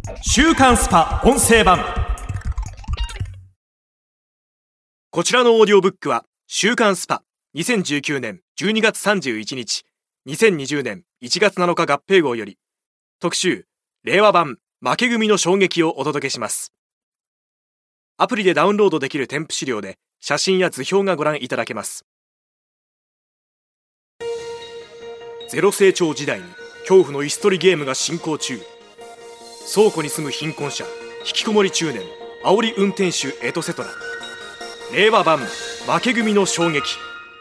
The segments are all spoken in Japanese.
週刊スパ音声版。こちらのオーディオブックは週刊スパ2019年12月31日2020年1月7日合併号より特集令和版負け組の衝撃をお届けします。アプリでダウンロードできる添付資料で写真や図表がご覧いただけます。ゼロ成長時代に恐怖の椅子取りゲームが進行中。倉庫に住む貧困者、引きこもり中年、煽り運転手エトセトラ。令和版負け組の衝撃。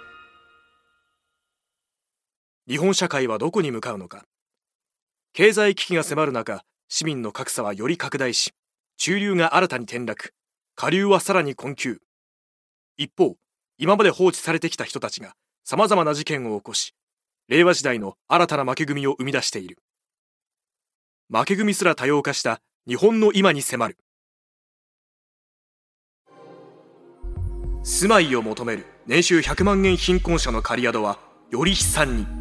日本社会はどこに向かうのか。経済危機が迫る中、市民の格差はより拡大し、中流が新たに転落、下流はさらに困窮。一方、今まで放置されてきた人たちがさまざまな事件を起こし、令和時代の新たな負け組を生み出している。負け組すら多様化した日本の今に迫る。住まいを求める年収100万円貧困者の狩り宿はより悲惨に。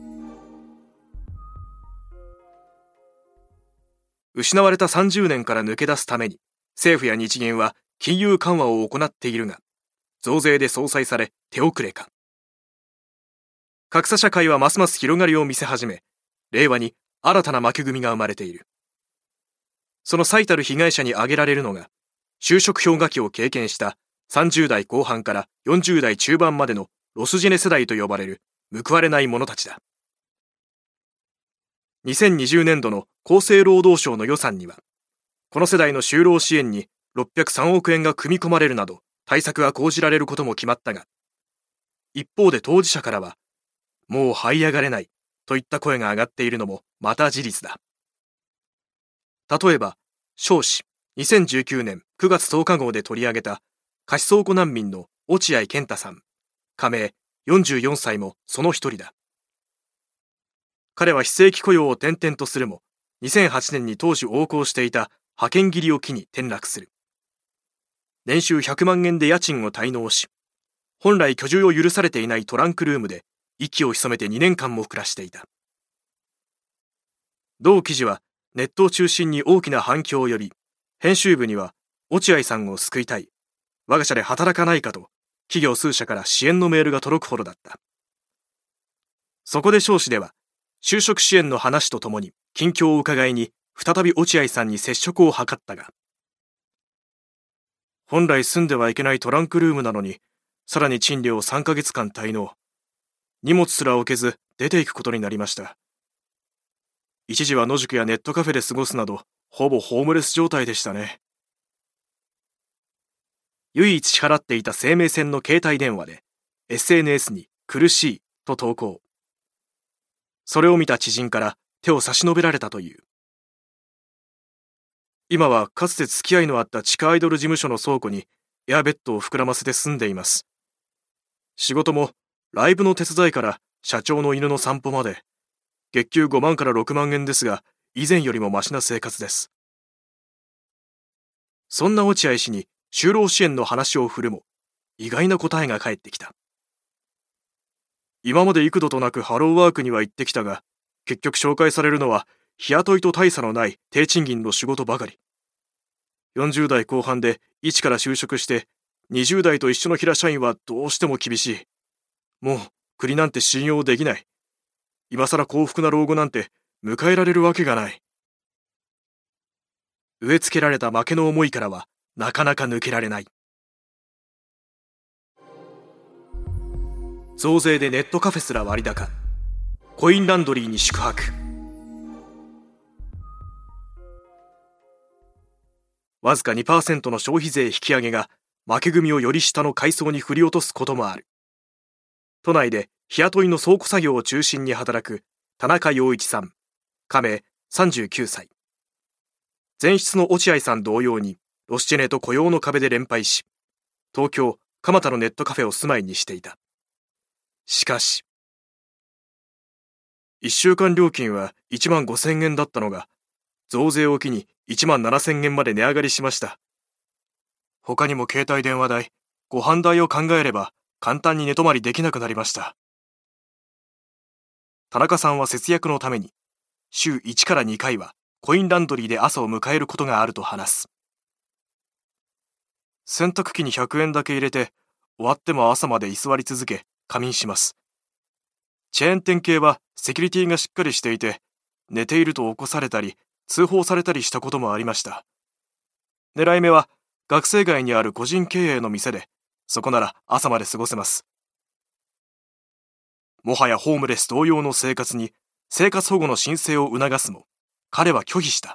失われた30年から抜け出すために政府や日銀は金融緩和を行っているが、増税で相殺され手遅れか。格差社会はますます広がりを見せ始め、令和に新たな負け組が生まれている。その最たる被害者に挙げられるのが、就職氷河期を経験した30代後半から40代中盤までのロスジェネ世代と呼ばれる報われない者たちだ。2020年度の厚生労働省の予算には、この世代の就労支援に603億円が組み込まれるなど対策が講じられることも決まったが、一方で当事者からは、もう這い上がれないといった声が上がっているのもまた事実だ。例えば、彰子2019年9月10日号で取り上げた貸倉庫難民の落合健太さん、加盟44歳もその一人だ。彼は非正規雇用を転々とするも、2008年に当時横行していた派遣切りを機に転落する。年収100万円で家賃を滞納し、本来居住を許されていないトランクルームで息を潜めて2年間も暮らしていた。同記事はネットを中心に大きな反響を呼び、編集部には落合さんを救いたい、我が社で働かないかと企業数社から支援のメールが届くほどだった。そこで彰子では就職支援の話とともに近況を伺いに再び落合さんに接触を図ったが、本来住んではいけないトランクルームなのに、さらに賃料を3ヶ月間滞納、荷物すら置けず出ていくことになりました。一時は野宿やネットカフェで過ごすなど、ほぼホームレス状態でしたね。唯一支払っていた生命線の携帯電話で SNS に苦しいと投稿。それを見た知人から手を差し伸べられたという。今はかつて付き合いのあった地下アイドル事務所の倉庫にエアベッドを膨らませて住んでいます。仕事もライブの手伝いから社長の犬の散歩まで、月給5万から6万円ですが、以前よりもマシな生活です。そんな落合氏に就労支援の話を振るも、意外な答えが返ってきた。今まで幾度となくハローワークには行ってきたが、結局紹介されるのは日雇いと大差のない低賃金の仕事ばかり。40代後半で一から就職して、20代と一緒の平社員はどうしても厳しい。もう国なんて信用できない。今更幸福な老後なんて迎えられるわけがない。植え付けられた負けの思いからはなかなか抜けられない。増税でネットカフェすら割高、コインランドリーに宿泊。わずか 2% の消費税引き上げが負け組をより下の階層に振り落とすこともある。都内で日雇いの倉庫作業を中心に働く田中陽一さん、加盟39歳。前室の落合さん同様にロスジェネと雇用の壁で連敗し、東京蒲田のネットカフェを住まいにしていた。しかし、1週間料金は1万5,000円だったのが、増税を機に1万7,000円まで値上がりしました。他にも携帯電話代、ご飯代を考えれば簡単に寝泊まりできなくなりました。田中さんは節約のために週1から2回はコインランドリーで朝を迎えることがあると話す。洗濯機に100円だけ入れて、終わっても朝まで居座り続け、仮眠します。チェーン店系はセキュリティがしっかりしていて、寝ていると起こされたり、通報されたりしたこともありました。狙い目は学生街にある個人経営の店で、そこなら朝まで過ごせます。もはやホームレス同様の生活に生活保護の申請を促すも、彼は拒否した。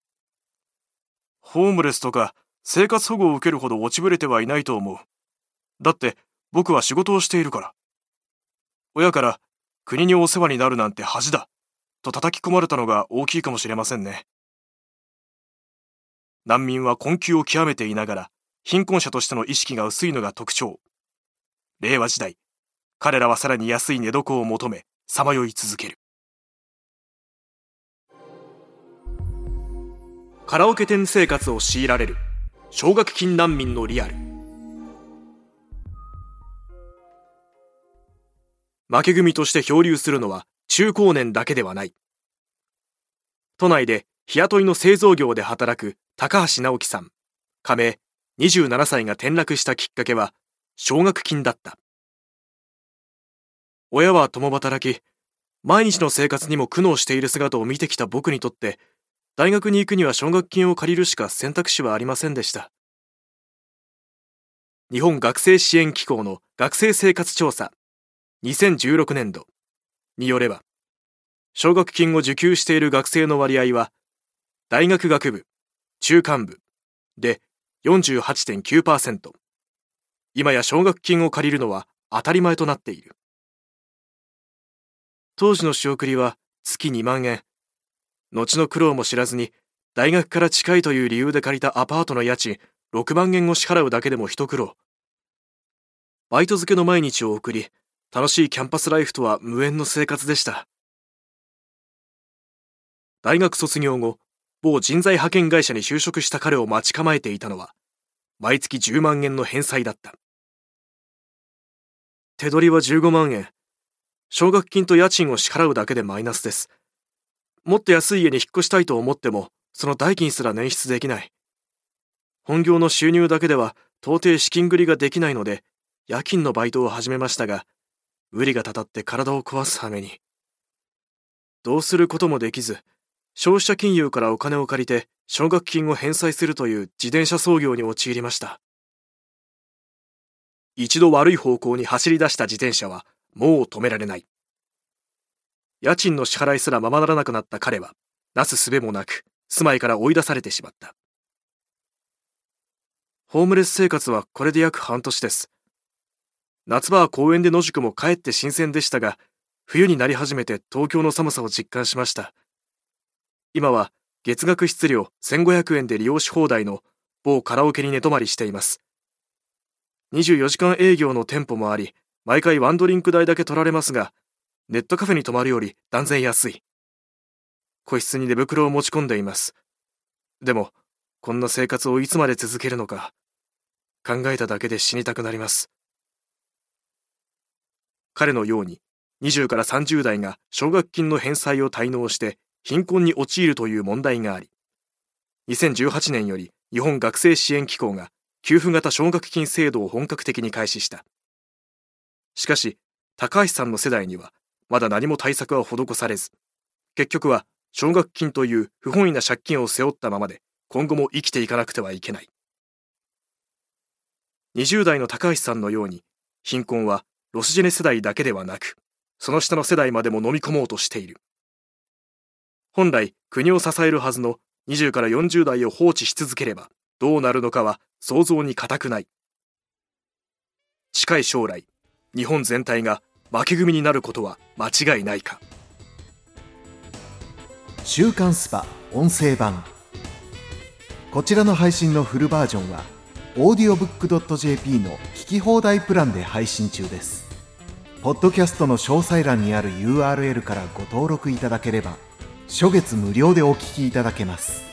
ホームレスとか生活保護を受けるほど落ちぶれてはいないと思う。だって僕は仕事をしているから。親から国にお世話になるなんて恥だと叩き込まれたのが大きいかもしれませんね。難民は困窮を極めていながら貧困者としての意識が薄いのが特徴。令和時代、彼らはさらに安い寝床を求めさまよい続ける。カラオケ店生活を強いられる奨学金難民のリアル。負け組として漂流するのは中高年だけではない。都内で日雇いの製造業で働く高橋直樹さん、加盟27歳が転落したきっかけは奨学金だった。親は共働き、毎日の生活にも苦悩している姿を見てきた僕にとって、大学に行くには奨学金を借りるしか選択肢はありませんでした。日本学生支援機構の学生生活調査2016年度によれば、奨学金を受給している学生の割合は、大学学部、中間部で 48.9%。今や奨学金を借りるのは当たり前となっている。当時の仕送りは月2万円。後の苦労も知らずに、大学から近いという理由で借りたアパートの家賃6万円を支払うだけでも一苦労。バイト漬けの毎日を送り、楽しいキャンパスライフとは無縁の生活でした。大学卒業後、某人材派遣会社に就職した彼を待ち構えていたのは、毎月10万円の返済だった。手取りは15万円。奨学金と家賃を支払うだけでマイナスです。もっと安い家に引っ越したいと思っても、その代金すら捻出できない。本業の収入だけでは到底資金繰りができないので、夜勤のバイトを始めましたが、無理がたたって体を壊す羽目に。どうすることもできず、消費者金融からお金を借りて奨学金を返済するという自転車操業に陥りました。一度悪い方向に走り出した自転車はもう止められない。家賃の支払いすらままならなくなった彼は、なすすべもなく住まいから追い出されてしまった。ホームレス生活はこれで約半年です。夏場は公園で野宿もかえって新鮮でしたが、冬になり始めて東京の寒さを実感しました。今は月額室料1500円で利用し放題の某カラオケに寝泊まりしています。24時間営業の店舗もあり、毎回ワンドリンク代だけ取られますが、ネットカフェに泊まるより断然安い。個室に寝袋を持ち込んでいます。でも、こんな生活をいつまで続けるのか、考えただけで死にたくなります。彼のように、20から30代が奨学金の返済を滞納して貧困に陥るという問題があり、2018年より日本学生支援機構が給付型奨学金制度を本格的に開始した。しかし、高橋さんの世代には、まだ何も対策は施されず、結局は奨学金という不本意な借金を背負ったままで今後も生きていかなくてはいけない。20代の高橋さんのように、貧困はロスジェネ世代だけではなく、その下の世代までも飲み込もうとしている。本来国を支えるはずの20から40代を放置し続ければどうなるのかは想像に難くない。近い将来、日本全体が負け組になることは間違いないか。 週刊スパ音声版。こちらの配信のフルバージョンは audiobook.jp の聞き放題プランで配信中です。ポッドキャストの詳細欄にある URL からご登録いただければ初月無料でお聞きいただけます。